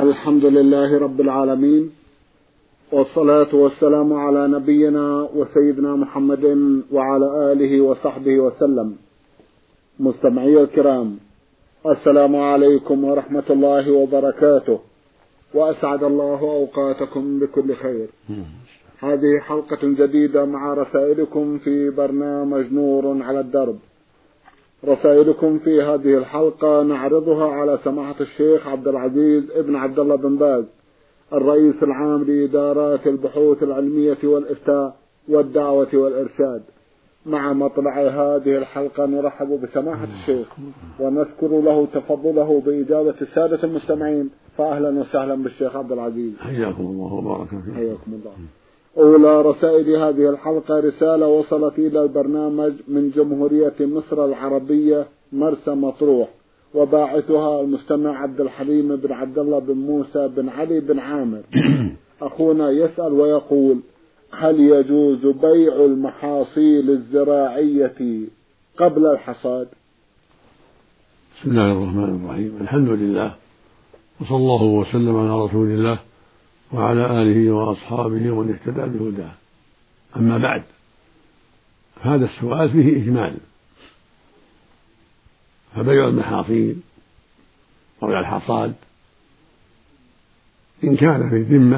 الحمد لله رب العالمين، والصلاة والسلام على نبينا وسيدنا محمد وعلى آله وصحبه وسلم. مستمعي الكرام، السلام عليكم ورحمة الله وبركاته، وأسعد الله أوقاتكم بكل خير. هذه حلقة جديدة مع رسائلكم في برنامج نور على الدرب. رسائلكم في هذه الحلقة نعرضها على سماحة الشيخ عبد العزيز ابن عبد الله بن باز، الرئيس العام لإدارات البحوث العلمية والإفتاء والدعوة والإرشاد. مع مطلع هذه الحلقة نرحب بسماحة الشيخ ونذكر له تفضله بإجابة السادة المستمعين، فأهلا وسهلا بالشيخ عبد العزيز. حياكم الله وبارك فيكم. حياكم الله. أولى رسائل هذه الحلقة رسالة وصلت إلى البرنامج من جمهورية مصر العربية مرسى مطروح، وباعثها المستمع عبد الحليم بن عبد الله بن موسى بن علي بن عامر. أخونا يسأل ويقول: هل يجوز بيع المحاصيل الزراعية قبل الحصاد؟ بسم الله الرحمن الرحيم، الحمد لله، وصلى الله وسلم على رسول الله وعلى آله وأصحابه ومن اهتدى بهداه. أما بعد، هذا السؤال فيه إجمال. فبيع المحاصيل قبل الحصاد إن كان في الذمة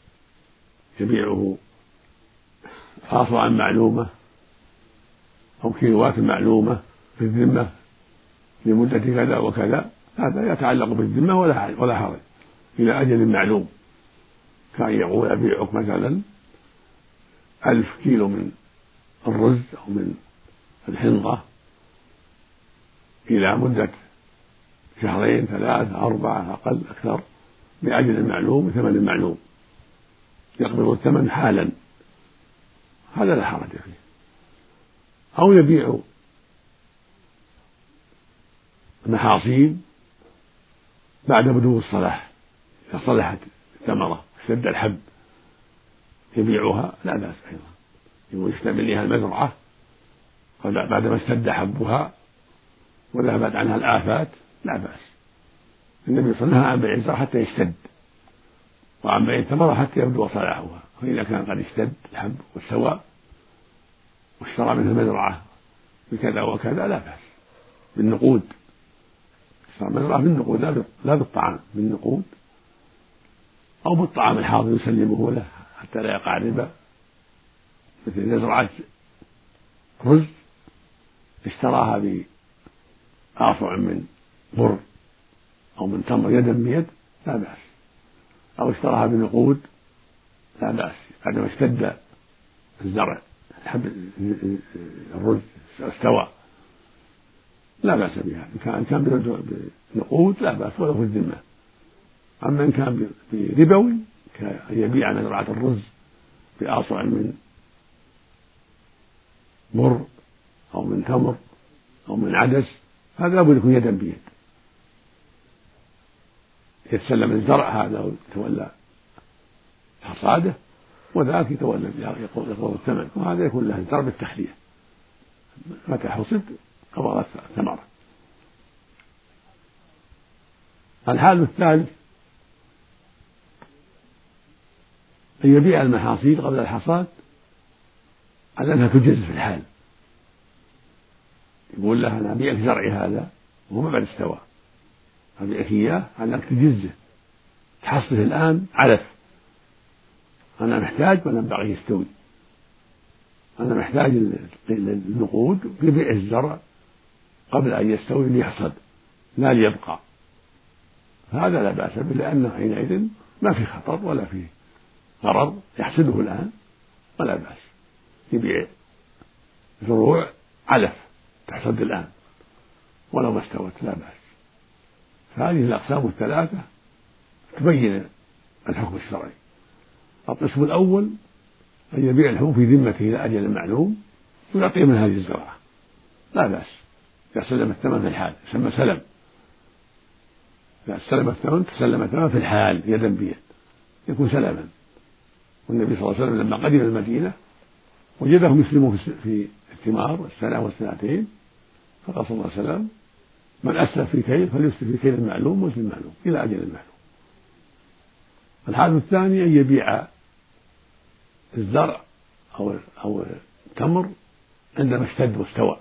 يبيعه حاصلا معلومة أو كيلوات معلومة في الذمة لمدة كذا وكذا، هذا يتعلق بالذمة ولا حرج إلى أجل معلوم. كان يقول أبيعك مثلا 1000 كيلو من الرز أو من الحنطة إلى مدة 2 3 4 أقل أكثر بأجل معلوم بثمن معلوم، يقبض الثمن حالا، هذا لا حرج فيه. أو يبيع المحاصيل بعد بدو الصلاح، إذا صلحت الثمرة اشتد الحب يبيعها لا بأس أيضا. يقول يشتمل لها المزرعة بعدما اشتد حبها وذهبت عنها الآفات لا بأس. النبي صلى الله عليه وسلم عن بيع الزرع حتى يشتد، وعن بيع الثمرة حتى يبدو صلاحها. فإذا كان قد اشتد الحب واستوى واشترى منه المزرعة بكذا وكذا لا بأس بالنقود. اشترى المزرعة بالنقود لا بالطعام، بالنقود أو بالطعام الحاضر يسلمه له حتى لا يقع ربا. مثل إذا زرعت رز اشتراها بآصع من بر أو من تمر يدا بيد لا بأس، أو اشتراها بنقود لا بأس بعدما اشتد الزرع الرز استوى لا بأس بها. إن كان بنقود لا بأس ولا في الذمة. أما إن كان بربوي كأن يبيع مزرعة الرز بآصع من بر أو من تمر أو من عدس، هذا لابد يكون يدا بيد، يتسلم الزرع هذا ويتولى حصاده، وذاك يتولى يقبض الثمن، وهذا يكون له الزرع بالتحلية. متى حصد قبضت الثمرة. الحال الثالث أن يبيع المحاصيل قبل الحصاد على أنها تجز في الحال. يقول له أنا أبيعك زرعي هذا وهو ما بعد استوى، أبيعك إياه على أنك تجزه، تحصله الآن علف. أنا محتاج وينبغي يستوي، أنا محتاج للنقود في بيع الزرع قبل أن يستوي ليحصد لا ليبقى. هذا لا بأس به، لأنه حينئذ ما في خطر ولا في غرض، يحصده الآن ولا بأس. يبيع زروع علف تحصد الآن ولو ما استوت لا بأس. فهذه الأقسام الثلاثة تبين الحكم الشرعي. القسم الأول أن يبيع الحبوب في ذمته إلى أجل معلوم ويعطيه من هذه الزراعة لا بأس، إذا سلم الثمن في الحال يسمى سلم. إذا سلم الثمن تسلم الثمن في الحال يدا بيد يكون سلما. والنبي صلى الله عليه وسلم لما قدم المدينة وجدهم يسلمون في الثمار السنة والسنتين، فقال صلى الله عليه وسلم: من أسلف في كيل فليسلف في كيل المعلوم وزن المعلوم إلى أجل المعلوم. الحالة الثانية أن يبيع الزرع أو التمر عندما اشتد واستوى،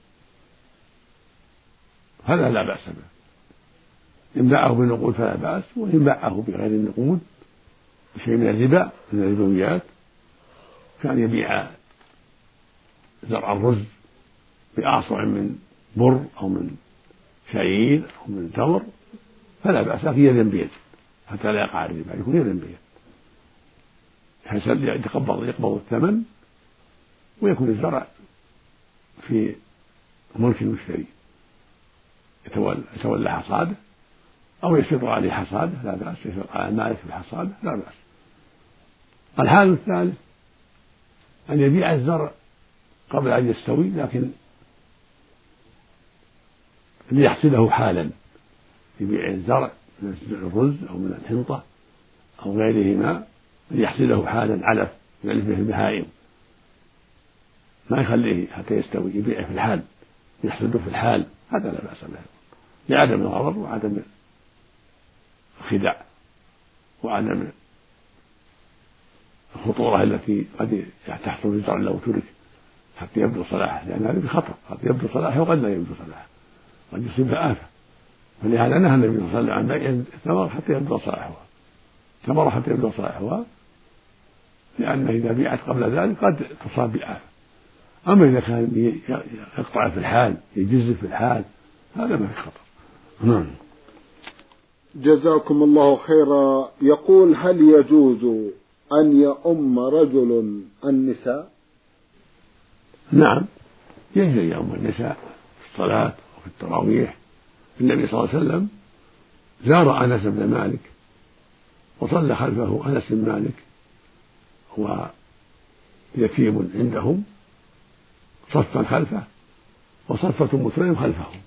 هذا لا بأس به. إن باعه بالنقود فلا بأس، وإن باعه بغير النقود بشيء من الربا من الربويات، كان يبيع زرع الرز بأعصع من بر أو من شعير أو من تمر فلا بأس، لكن يدا بيد حتى لا يقع الربا، يكون يدا بيد يقبض الثمن ويكون الزرع في ملك المشتري، يتولى حصاده أو يشترط عليه حصاده لا بأس، يشترط على المالك في الحصاده لا بأس. الحال الثالث أن يبيع الزرع قبل أن يستوي، لكن ليحصده حالا، يبيع الزرع من الرز أو من الحنطة أو غيرهما ليحصده حالا علف يعلف به البهائم، ما يخليه حتى يستوي، يبيعه في الحال، يحصده في الحال، هذا لا بأس به لعدم الغرر وعدم الخداع وعدم الخطورة التي قد تحصل في الزرع لو ترك حتى يبدو صلاحه، لأن هذا بخطر، قد يبدو صلاحه وقد لا يبدو صلاحه، قد يصيبها آفة. فلهذا نهى النبي صلى الله عليه وسلم عن بيع الثمر حتى يبدو صلاحها، ثمرة حتى يبدو صلاحها، لأن إذا بيعت قبل ذلك قد تصاب بآفة. أما إذا كان يقطع في الحال يجز في الحال هذا ما في خطر. نعم. جزاكم الله خيرا. يقول: هل يجوز أن يؤم رجل النساء؟ نعم، يجوز أن يؤم النساء في الصلاة وفي التراويح. النبي صلى الله عليه وسلم زار أنس بن مالك وصلى خلفه أنس بن مالك ويتيم عندهم صفا خلفه وصفة أم سليم خلفهم،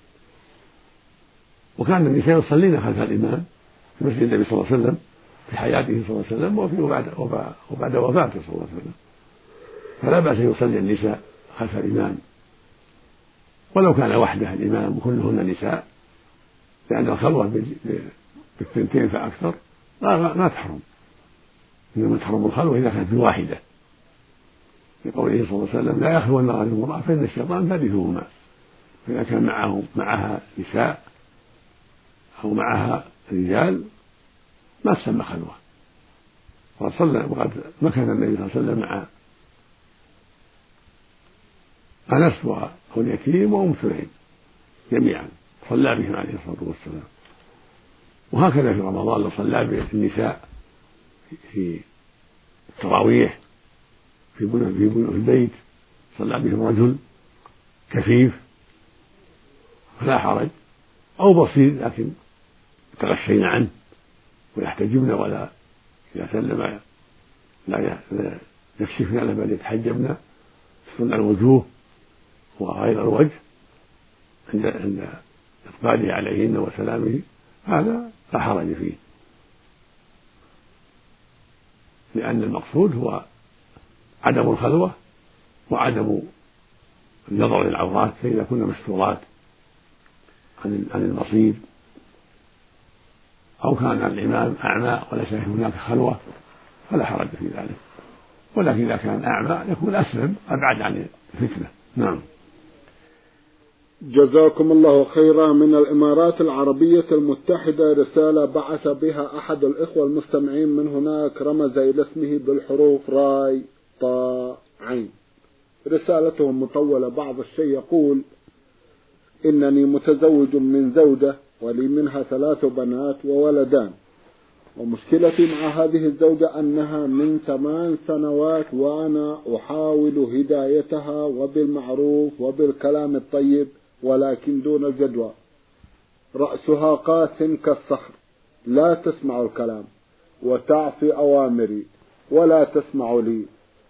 وكان النساء يصلين خلف الإمام في مسجد النبي صلى الله عليه وسلم في حياته صلى الله عليه وسلم وبعد وفاته صلى الله عليه وسلم، فلا بأس أن يصلي النساء خلف الإمام ولو كان وحده الإمام وكلهن نساء، لأن الخلوة بالثنتين فأكثر ما تحرم، إنما تحرم الخلوة إذا كانت بواحدة، لقوله صلى الله عليه وسلم: لا يخلون رجل امرأة فإن الشيطان ثالثهما. فإذا كان معها نساء أو معها رجال ما تسمى خلوة. وقد مكث النبي صلى الله عليه وسلم مع أنس واليتيم وأم سليم جميعا، صلى بهم عليه الصلاة والسلام. وهكذا في رمضان لو صلى بالنساء في التراويح في البيت صلى بهم رجل كفيف فلا حرج، أو بسيط لكن يتغشين عنه ويحتجبن ولا إذا سلم لا يكشفن له بل يتحجبن يسترن الوجوه وغير الوجه عند إقباله عليهن وسلامه، هذا لا حرج فيه، لأن المقصود هو عدم الخلوة وعدم النظر للعورات فإذا كنا مستورات عن المصير، أو كان الإمام أعمى وليس هناك خلوة فلا حرج في ذلك، ولكن إذا كان أعمى يكون أسلم أبعد عن الفتنة. نعم. جزاكم الله خيرا. من الإمارات العربية المتحدة رسالة بعث بها أحد الإخوة المستمعين من هناك، رمز إلى اسمه بالحروف راي طا عين. رسالته مطولة بعض الشيء. يقول: إنني متزوج من زوجة ولي منها 3 بنات وولدان، ومشكلتي مع هذه الزوجة أنها من 8 سنوات وأنا أحاول هدايتها وبالمعروف وبالكلام الطيب ولكن دون جدوى. رأسها قاس كالصخر، لا تسمع الكلام وتعصي أوامري ولا تسمع لي،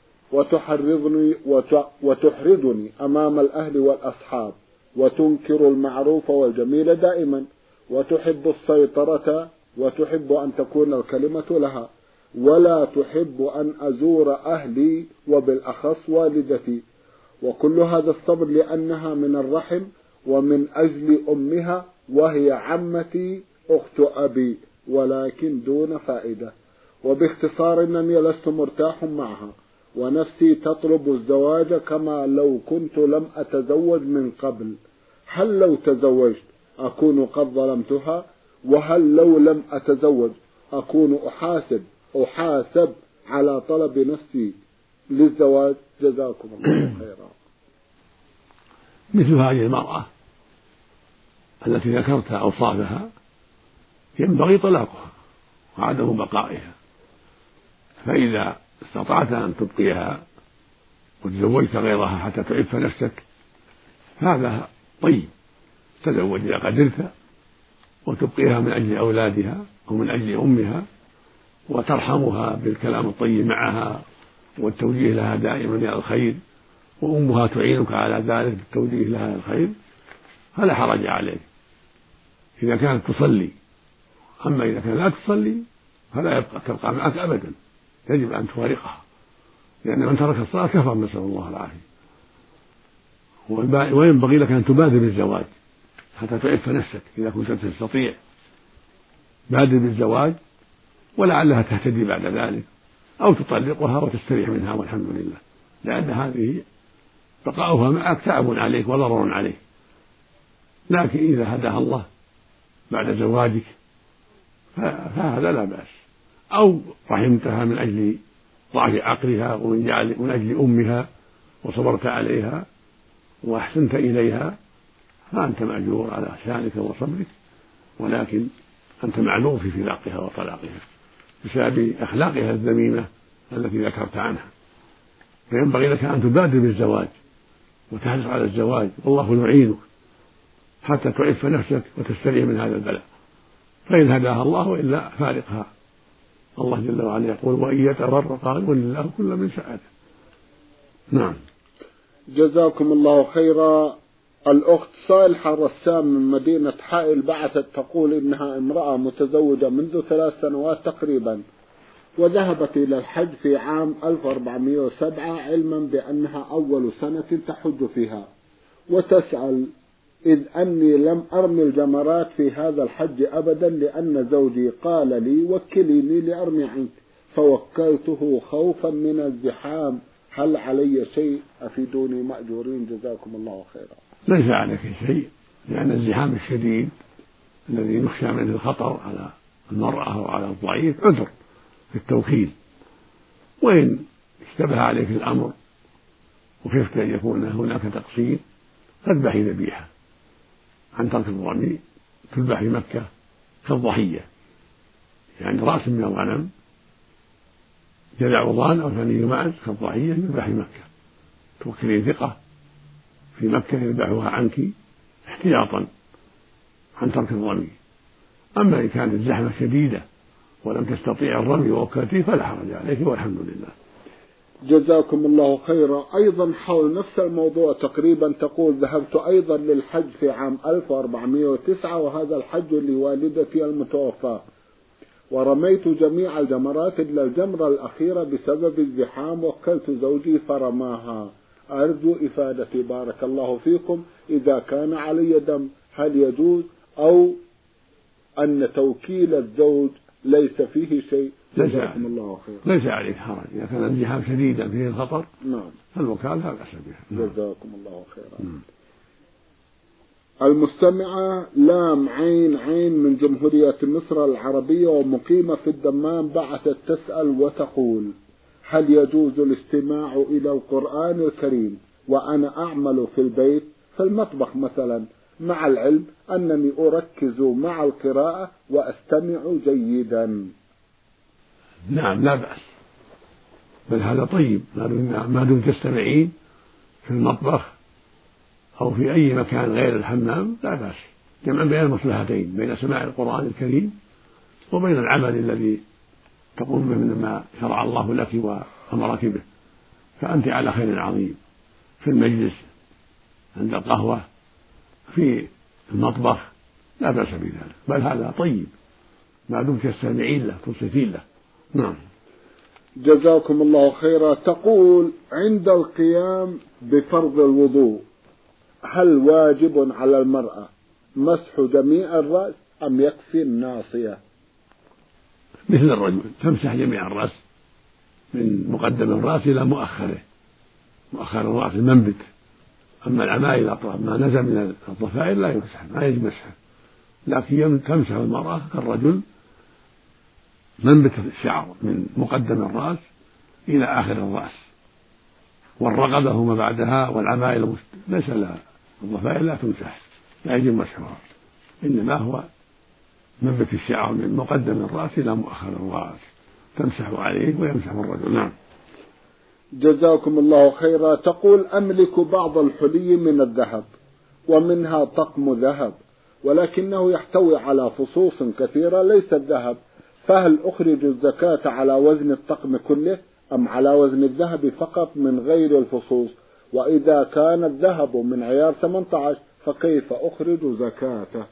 وتحرضني أمام الأهل والأصحاب، وتنكر المعروف والجميل دائما، وتحب السيطرة وتحب أن تكون الكلمة لها، ولا تحب أن أزور أهلي وبالأخص والدتي، وكل هذا الصبر لأنها من الرحم ومن أجل أمها وهي عمتي أخت أبي، ولكن دون فائدة. وباختصار أنني لست مرتاح معها، ونفسي تطلب الزواج كما لو كنت لم أتزوج من قبل. هل لو تزوجت أكون قد ظلمتها؟ وهل لو لم أتزوج أكون أحاسب على طلب نفسي للزواج؟ جزاكم الله خيرا. مثل هذه المرأة التي ذكرت أوصافها ينبغي طلاقها وعدم بقائها، فإذا استطعت أن تبقيها وتزوجت غيرها حتى تعف نفسك هذا طيب، تزوج إذا قدرت وتبقيها من أجل أولادها أو من أجل أمها، وترحمها بالكلام الطيب معها والتوجيه لها دائما إلى الخير، وأمها تعينك على ذلك بالتوجيه لها الخير، فلا حرج عليك إذا كانت تصلي. أما إذا كانت لا تصلي فلا تبقى معك أبدا، يجب أن تفارقها، لأن من ترك الصلاة كفر، نسأل الله العافية. وينبغي لك أن تبادر بالزواج حتى تعف نفسك إذا كنت تستطيع، بادر بالزواج ولعلها تهتدي بعد ذلك، أو تطلقها وتستريح منها والحمد لله، لأن هذه بقاؤها معك تعب عليك وضرر عليك. لكن إذا هداها الله بعد زواجك فهذا لا بأس، أو رحمتها من أجل ضعف عقلها ومن أجل أمها وصبرت عليها وأحسنت إليها فأنت مأجور على شأنك وصبرك، ولكن أنت معذور في فراقها وطلاقها بسبب أخلاقها الذميمة التي ذكرت عنها. فينبغي لك أن تبادر بالزواج وتحرص على الزواج، والله يعينك حتى تعف نفسك وتستريح من هذا البلاء. فإن هداها الله وإلا فارقها. الله جل وعلا يقول: وإن يتفرقا يغني الله كلا من سعته. نعم. جزاكم الله خيرا. الأخت صالحة رسام من مدينة حائل بعثت تقول إنها امرأة متزوجة منذ 3 سنوات تقريبا، وذهبت إلى الحج في عام 1407 علما بأنها أول سنة تحج فيها، وتسأل: إذ أني لم أرمي الجمرات في هذا الحج أبدا لأن زوجي قال لي وكليني لأرمي عنك، فوكلته خوفا من الزحام، هل علي شيء؟ أفيدوني مأجورين جزاكم الله خيرا. ليس عليك شيء، لأن الزحام الشديد الذي يخشى منه الخطر على المرأة وعلى الضعيف عذر في التوكيل. وإن اشتبه عليك الأمر وخفت أن يكون هناك تقصير فاذبحي ذبيحة عن ترك الرمي، تذبح في مكة كالضحية، يعني رأس من الغنم جذع ضان أو ثني معز كالضحية يذبح في مكة، توكلي ثقة في مكة يذبحها عنك احتياطا عن ترك الرمي. أما إن كانت الزحمة شديدة ولم تستطيع الرمي ووكلته فلا حرج عليك والحمد لله. جزاكم الله خيرا. أيضا حول نفس الموضوع تقريبا تقول: ذهبت أيضا للحج في عام 1409، وهذا الحج لوالدتي المتوفاة، ورميت جميع الجمرات إلا الجمرة الأخيرة بسبب الزحام، وكلت زوجي فرماها. أرجو إفادتي بارك الله فيكم، إذا كان علي دم هل يجوز، أو أن توكيل الزوج ليس فيه شيء؟ جزاكم الله خيرا. ليس عليك حرج إذا كان الزحام شديدا فيه الخطر. نعم. فالوكالة لا بأس بها. جزاكم الله خيرا. المستمعة لام عين عين من جمهورية مصر العربية ومقيمة في الدمام بعثت تسأل وتقول: هل يجوز الاستماع إلى القرآن الكريم وأنا أعمل في البيت في المطبخ مثلا، مع العلم أنني أركز مع القراءة وأستمع جيدا؟ نعم لا بأس، بل هذا طيب ما دمت تستمعين في المطبخ أو في أي مكان غير الحمام لا بأس، جمعا بين المصلحتين، بين سماع القرآن الكريم وبين العمل الذي تقوم به مما شرع الله لك وأمرك به. فأنت على خير عظيم في المجلس، عند القهوة، في المطبخ، لا بأس بذلك، بل هذا طيب ما دمت تستمعين له تنصتين له. نعم. جزاكم الله خيرا. تقول: عند القيام بفرض الوضوء هل واجب على المرأة مسح جميع الرأس أم يكفي الناصية؟ مثل الرجل تمسح جميع الرأس من مقدم الرأس إلى مؤخر الرأس المنبت. أما العمائل الأطراف ما نزل من الضفائر لا يمسح، ما يجب مسحه، لكن تمسح المرأة كالرجل منبت الشعر من مقدم الرأس إلى آخر الرأس، والرقبة وما بعدها والعمائل ليس لها، الضفائر لا تمسح، لا يجب مسحها، إنما هو منبت الشعر من مقدم الرأس إلى مؤخر الرأس تمسح عليه ويمسح الرجل. نعم. جزاكم الله خيرا. تقول: أملك بعض الحلي من الذهب ومنها طقم ذهب، ولكنه يحتوي على فصوص كثيرة ليست ذهب، فهل أخرج الزكاة على وزن الطقم كله أم على وزن الذهب فقط من غير الفصوص؟ وإذا كان الذهب من عيار 18 فكيف أخرج زكاته؟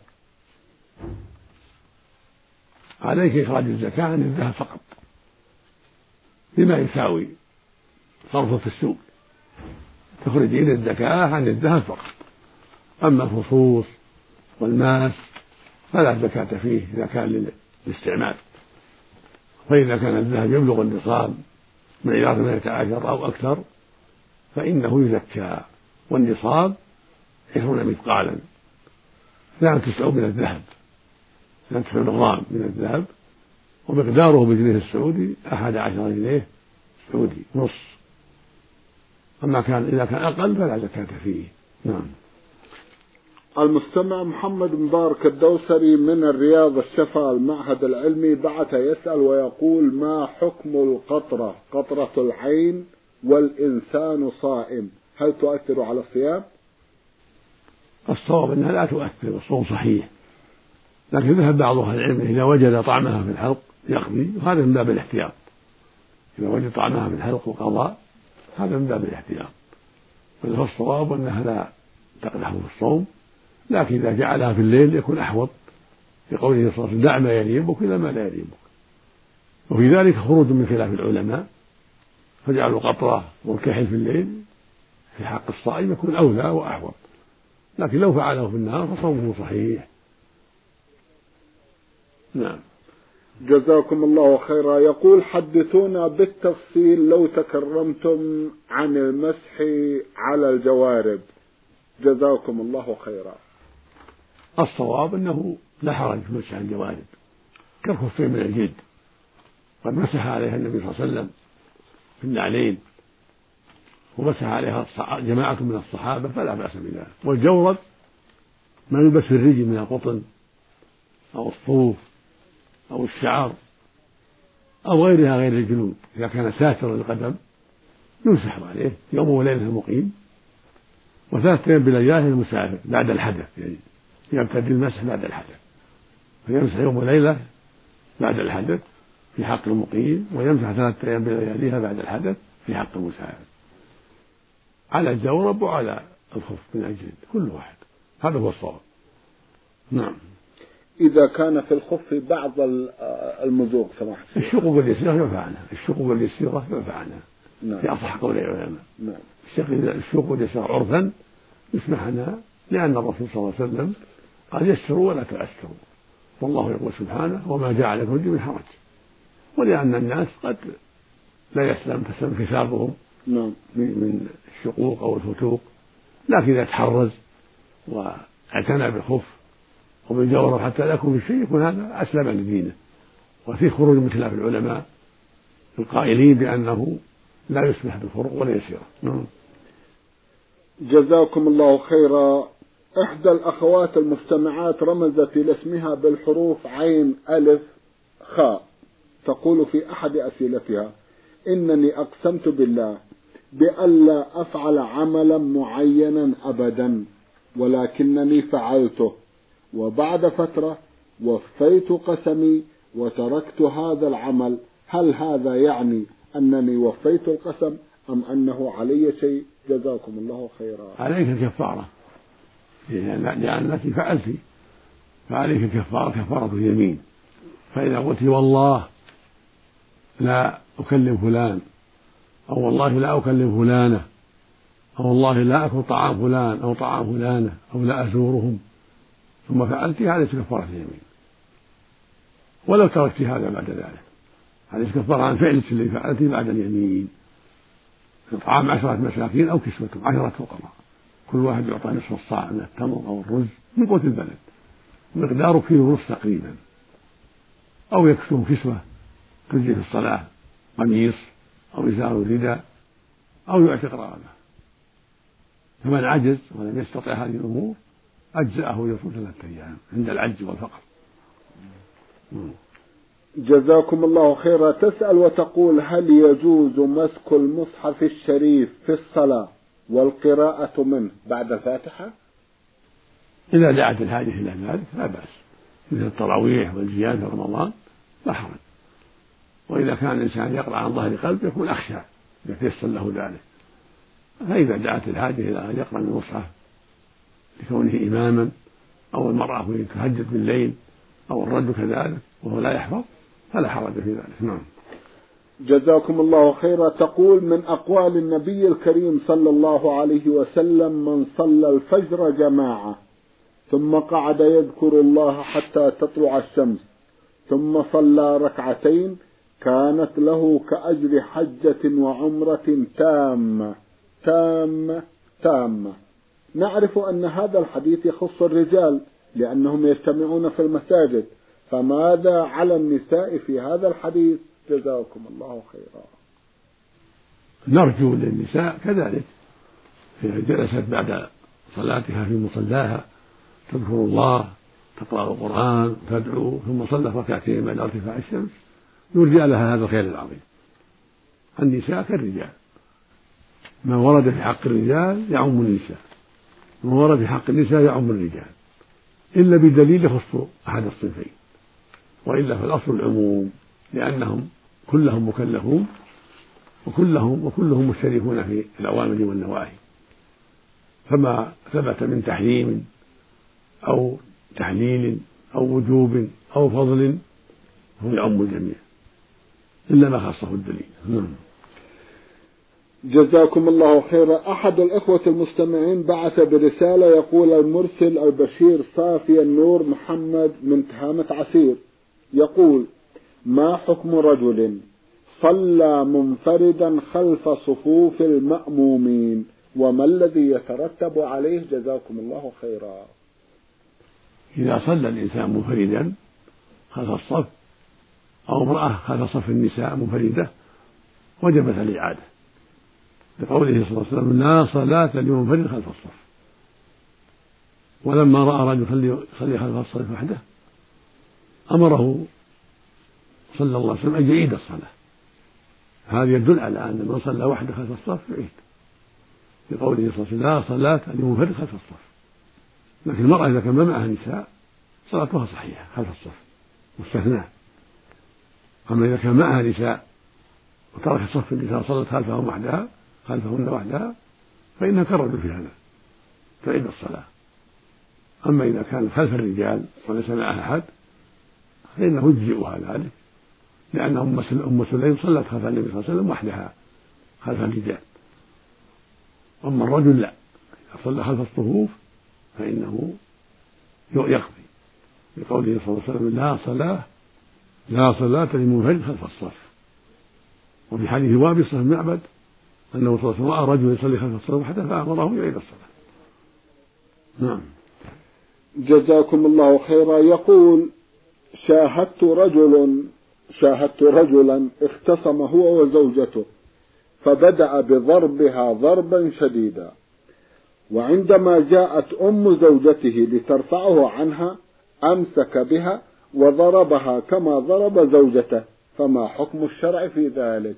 عليك إخراج الزكاة عن الذهب فقط بما يساوي صرفه في السوق، تخرجين الزكاة عن الذهب فقط. أما الفصوص والماس فلا زكاة فيه إذا كان للاستعمال، فإذا كان الذهب يبلغ النصاب من عيار 18 أو أكثر فإنه يزكى، والنصاب 20 مثقالا، 9 من الذهب، 9 غرام من الذهب، ومقداره بالجنيه السعودي 11 جنيه سعودي نص. أما إذا كان أقل فلا زكاة فيه. نعم. المستمع محمد مبارك الدوسري من الرياض الشفا المعهد العلمي بعث يسأل ويقول: ما حكم القطرة، قطرة العين والإنسان صائم، هل تؤثر على الصيام؟ الصواب أنها لا تؤثر، الصوم صحيح، لكن ذهب بعض أهل العلم إذا وجد طعمها في الحلق يقضي، وهذا من باب الاحتياط. إذا وجد طعمها في الحلق وقضى هذا من باب الاحتياط، فالصواب أنها لا تقدح في الصوم، لكن إذا جعلها في الليل يكون أحوط، لقوله صلى الله عليه وسلم: دع ما يريبك إلى ما لا يريبك. وفي ذلك خروج من خلاف العلماء، فجعلوا القطرة والكحل في الليل في حق الصائم يكون أولى وأحوط، لكن لو فعله في النهار فصومه صحيح. نعم. جزاكم الله خيرا. يقول: حدثونا بالتفصيل لو تكرمتم عن المسح على الجوارب، جزاكم الله خيرا. الصواب أنه لا حرج في مسح الجوارب كالخفين من الجلد، قد مسح عليها النبي صلى الله عليه وسلم في النعلين، ومسح عليها جماعة من الصحابة فلا بأس بذلك. والجورب ما يلبس في الرجل من القطن أو الصوف أو الشعر أو غيرها غير الجلود، إذا كان ساترا للقدم يمسح عليه يوم وليلة المقيم، و3 أيام بليالي المسافر بعد الحدث، يعني يبتدي المسح بعد الحدث، فيمسح يوم وليلة بعد الحدث في حق المقيم، ويمسح 3 أيام بلياليها بعد الحدث في حق المسافر، على الجورب وعلى الخف من الجلد كل واحد، هذا هو الصواب. نعم. إذا كان في الخف بعض المزوق سماحة الشقوق واليسيرة يرفع عنها، الشقوق واليسيرة يرفع عنها. نعم. في أصح قول العلماء. نعم. الشقوق واليسيرة عرفا يسمح عنها، لأن الرسول صلى الله عليه وسلم قال: يسروا ولا تعسروا، والله يقول سبحانه: وما جعل لكم من حرج، ولأن الناس قد لا يسلم كثابهم نعم من الشقوق أو الفتوق، لكن إذا تحرز واعتنى بالخف وبالجورب حتى لا يكون في شيء يكون هذا أسلم لدينه. وفي خروج من خلاف العلماء القائلين بأنه لا يسمح بالفروق ولا يسيره. جزاكم الله خيرا. إحدى الأخوات المستمعات رمزت إلى اسمها بالحروف عين ألف خاء، تقول في أحد أسئلتها: إنني أقسمت بالله بألا أفعل عملا معينا أبدا، ولكنني فعلته، وبعد فترة وفيت قسمي وتركت هذا العمل، هل هذا يعني أنني وفيت القسم أم أنه علي شيء؟ جزاكم الله خيرا. عليك الكفارة لأنك فعلت، فعليك الكفارة كفارة اليمين. فإذا قلت والله لا أكلم فلان، أو والله لا أكلم فلانة، أو والله لا أكل طعام فلان أو طعام فلانة، أو لا أزورهم، ثم فعلت، هذا كفارة اليمين، ولو تركت هذا بعد ذلك عليه كفارة عن فعل اللي فعلته بعد اليمين، إطعام 10 مساكين أو كسوتهم 10 فقراء، كل واحد يعطى نصف الصاع من التمر أو الرز من قوت البلد مقداره كيلو ونصف تقريبا، أو يكسوه كسوة تجزي في الصلاة، قميص أو إزار رداء، أو يعتق رقبة. فمن عجز ولم يستطع هذه الأمور أجزأه يصوم 3 أيام عند العجز والفقر. جزاكم الله خيرا. تسأل وتقول: هل يجوز مسك المصحف الشريف في الصلاة والقراءة منه بعد الفاتحة؟ إذا دعت الحاجة إلى ذلك لا بأس، مثل التراويح والجياد في رمضان لا حرج. وإذا كان الإنسان يقرأ عن ظهر قلب يكون أخشى يتيسر له ذلك. فإذا دعت الحاجة إلى أن يقرأ المصحف لكونه إماما، أو المرأة تهجد بالليل، أو الرجل كذلك وهو لا يحفظ، فلا حرج في ذلك. نعم. جزاكم الله خيرا. تقول: من أقوال النبي الكريم صلى الله عليه وسلم: من صلى الفجر جماعة ثم قعد يذكر الله حتى تطلع الشمس ثم صلى ركعتين كانت له كأجر حجة وعمرة تامة تامة تامة. نعرف أن هذا الحديث يخص الرجال لأنهم يجتمعون في المساجد، فماذا على النساء في هذا الحديث؟ جزاكم الله خيرا. نرجو للنساء كذلك، إذا جلست بعد صلاتها في مصلاها تذكر الله، تقرأ القرآن، تدعو، ثم صلت ركعتين بعد ارتفاع الشمس، يرجى لها هذا الخير العظيم. النساء كالرجال، ما ورد في حق الرجال يعم النساء، ما ورد في حق النساء يعم الرجال، إلا بدليل يخص أحد الصنفين، وإلا فالأصل العموم، لأنهم كلهم مكلفون وكلهم مشتركون في الأوامر والنواهي، فما ثبت من تحريم أو تحليل أو وجوب أو فضل هو يعم الجميع إلا ما خصه الدليل. جزاكم الله خيرا. أحد الإخوة المستمعين بعث برسالة يقول: المرسل البشير صافي النور محمد من تهامة عسير، يقول: ما حكم رجل صلى منفردا خلف صفوف المأمومين وما الذي يترتب عليه؟ جزاكم الله خيرا. إذا صلى الإنسان منفردا خلف الصف أو امرأة خلف صف النساء منفردة وجبت الإعادة، لقوله صلى الله عليه وسلم: لا صلاة لمنفرد خلف الصف. ولما رأى رجل يصلي خلف الصف وحده أمره صلى الله عليه وسلم أن يعيد الصلاة. هذا يدل على أن من صلى وحده خلف الصف يعيد، لقوله صلى الله عليه وسلم: لا صلاة لمنفرد خلف الصف. لكن المرأة إذا كان ما معها نساء صلاتها صحيحة خلف الصف مستثناء. أما إذا كان معها نساء وترك صف النساء صلت خلفهن وحدها فإنها كالرجل في هذا تعيد الصلاة. أما إذا كان خلف الرجال وليس معها أحد فإنه يجزئها ذلك، لأن أم سليم صلت خلف النبي صلى الله عليه وسلم وحدها خلف الرجال. أما الرجل لا، إذا صلى خلف الصفوف فإنه يقضي، لقوله صلى الله عليه وسلم: لا صلاة لمنفرد خلف الصف. وفي حديث وابصة بن معبد أنه صلى الله عليه وسلم رأى رجل يصلي خلف الصف وحده فأمره يعيد الصلاة. نعم. جزاكم الله خيرا. يقول: شاهدت رجلا اختصم هو وزوجته فبدأ بضربها ضربا شديدا، وعندما جاءت أم زوجته لترفعه عنها أمسك بها وضربها كما ضرب زوجته، فما حكم الشرع في ذلك؟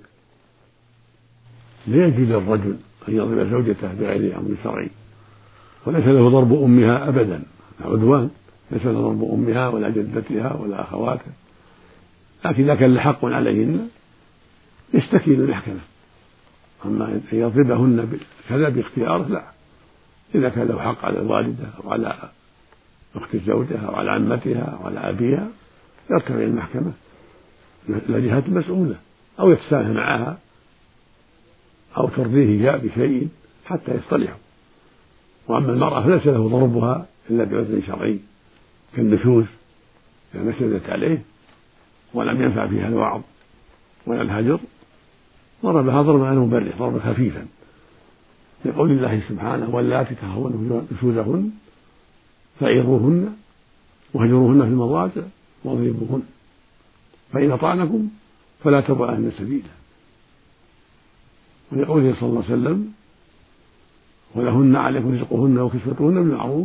لا يجوز للرجل أن يضرب زوجته بغير أمر شرعي، وليس له ضرب أمها أبدا، عدوان، ليس له ضرب أمها ولا جدتها ولا أخواتها. لكن إذا كان حق عليهن يشتكي للمحكمة. أما أن يضربهن كذا باختياره لا. إذا كان له حق على الوالدة أو على أخت الزوجة أو على عمتها أو على أبيها يركب إلى المحكمة لجهة مسؤولة، أو يتسامح معها أو ترضيه جاء بشيء حتى يصطلحوا. وأما المرأة فليس له ضربها إلا بعذر شرعي كالنشوز إذا نشزت عليه ولم ينفع فيها الوعظ ومن الهجر ضربها ضربا مبرح ضربا خفيفا لقول الله سبحانه واللاتي تخافون نشوزهن فعظوهن وهجروهن في المضاجع واضربوهن فإن أطعنكم فلا تبغوا عنهن سبيلا ولقوله صلى الله عليه وسلم ولهن عليكم رزقهن وكسوتهن بالمعروف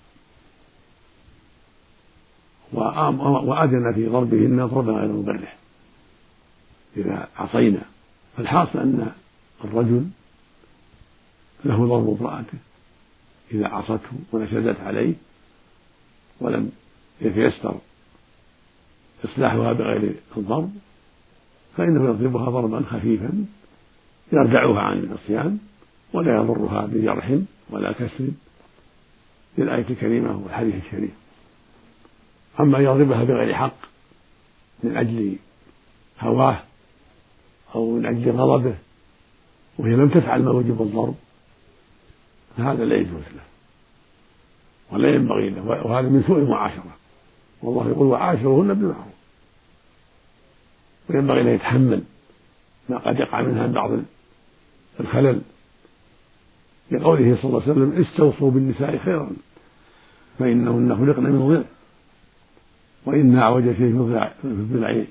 وأذن في ضربهن ضربا غير مبرح إذا عصينا. فالحاصل أن الرجل له ضرب امرأته إذا عصته ونشزت عليه ولم يتيسر إصلاحها بغير الضرب فإنه يضربها ضربا خفيفا يردعها عن العصيان ولا يضرها بجرح ولا كسر للآية الكريمة والحديث الشريف. أما يضربها بغير حق من أجل هواه أو من أجل غضبه وهي لم تفعل ما وجب الضرب فهذا لا يجوز له ولا ينبغي له وهذا من سوء المعاشرة والله يقول وعاشروهن بالمعروف وينبغي أن يتحمل ما قد يقع منها بعض الخلل لقوله صلى الله عليه وسلم استوصوا بالنساء خيرا فإنهن خلقن من ضلع وإن أعوج شيء في الضلع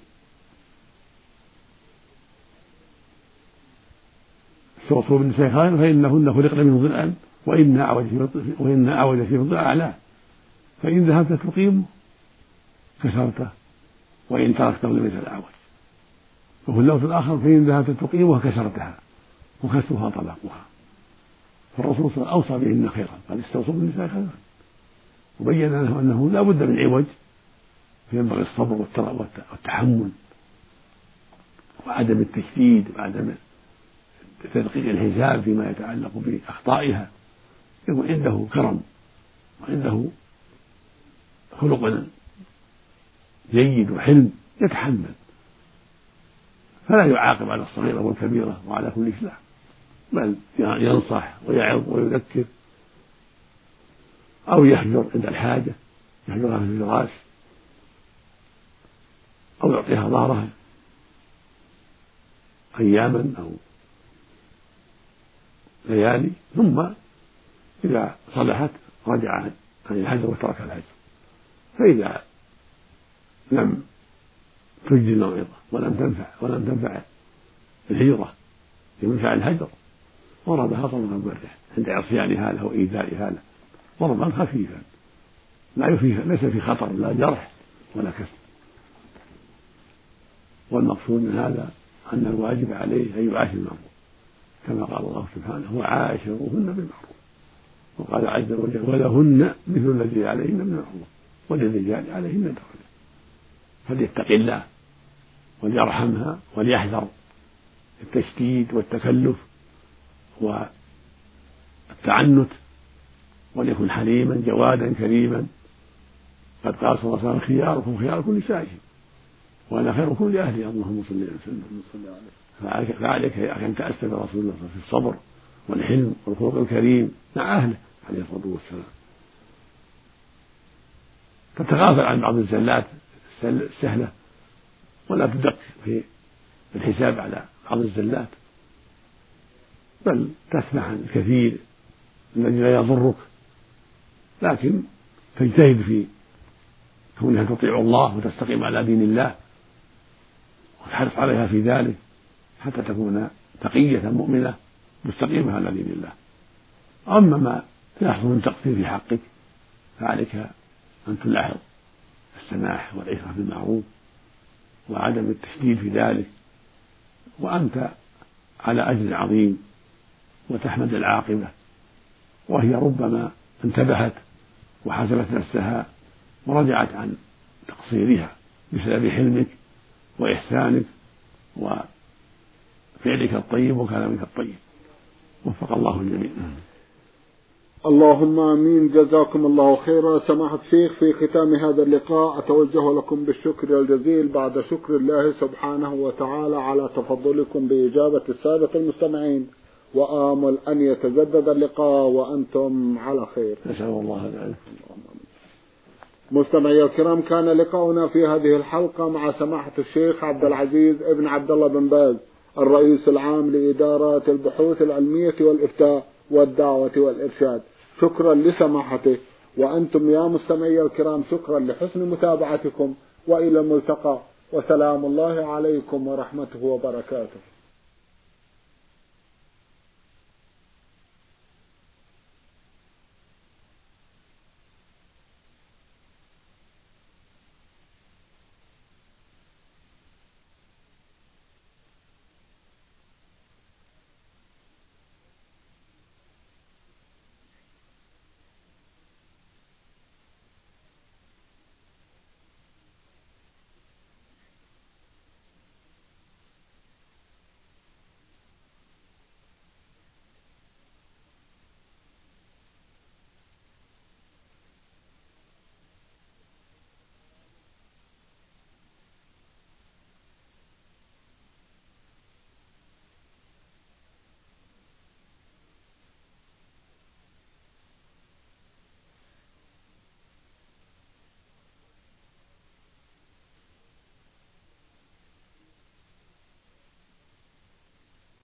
استوصوا بالنساء خيرا فإنهن خلقن من ضلع وإن أعوج شيء في الضلع أعلاه فإن ذهبت تقيم كسرته وإن تركته لم يزل أعوج وفي اللفظ الآخر فإن ذهبت تقيمها كسرتها وكسرها طلاقها. فالرسول صلى الله عليه وسلم أوصى بهن خيرا قال استوصوا بالنساء خيرا وبين له أنه لا بد من عوج فينبغي الصبر والتحمل وعدم التشديد وعدم تدقيق الحساب فيما يتعلق بأخطائها يكون عنده كرم وعنده خلق جيد وحلم يتحمل فلا يعاقب على الصغيرة والكبيرة وعلى كل سلاح بل ينصح ويعظ ويذكر أو يحجر عند الحاجة يحجرها في الفراش أو يعطيها ظهرها أياما أو ليالي ثم إذا صلحت رجع عن الحجر وترك الحجر. فإذا لم تجد الموعظة ولم تنفع الهجرة بمنفع الهجر ضربها ضربا مبرح عند عصيانها له وإيذائها له ضربا خفيفا ليس في خطر لا جرح ولا كسر. والمقصود من هذا أن الواجب عليه أن يعاشر المعروف كما قال الله سبحانه وعاشروهن بالمعروف وقال عز وجل ولهن مثل الذي عليهن من المعروف وللرجال عليهن درجة. فليتق الله وليرحمها وليحذر التشديد والتكلف والتعنت وليكن حليما جوادا كريما. قد قال صلى الله عليه وسلم خياركم خياركم لنسائهم وأنا خيركم لأهلي اللهم صل وسلم. فعليك يا أخي أن تأسى برسول الله في الصبر والحلم والخلق الكريم مع أهله عليه الصلاة والسلام. تتغافل عن بعض الزلات السهلة ولا تدق في الحساب على بعض الزلات بل تسمح عن الكثير الذي لا يضرك لكن تجتهد في كونها تطيع الله وتستقيم على دين الله وتحرص عليها في ذلك حتى تكون تقية مؤمنة مستقيمة على دين الله. أما ما يحصل من تقصير في حقك فعليك أن تلاحظ السماح والعشرة بالمعروف وعدم التشديد في ذلك وأنت على أجر عظيم وتحمد العاقبة وهي ربما انتبهت وحسبت نفسها ورجعت عن تقصيرها بسبب حلمك وإحسانك وفعلك الطيب وكلامك الطيب. وفق الله الجميع. اللهم آمين. جزاكم الله خيرا. سماحة الشيخ في ختام هذا اللقاء أتوجه لكم بالشكر الجزيل بعد شكر الله سبحانه وتعالى على تفضلكم بإجابة السادة المستمعين وآمل أن يتجدد اللقاء وأنتم على خير. نسأل الله ذلك. مستمعي الكرام، كان لقاؤنا في هذه الحلقة مع سماحة الشيخ عبد العزيز ابن عبد الله بن باز، الرئيس العام لإدارات البحوث العلمية والإفتاء والدعوة والإرشاد. شكرا لسماحته، وأنتم يا مستمعي الكرام شكرا لحسن متابعتكم، وإلى الملتقى، وسلام الله عليكم ورحمته وبركاته.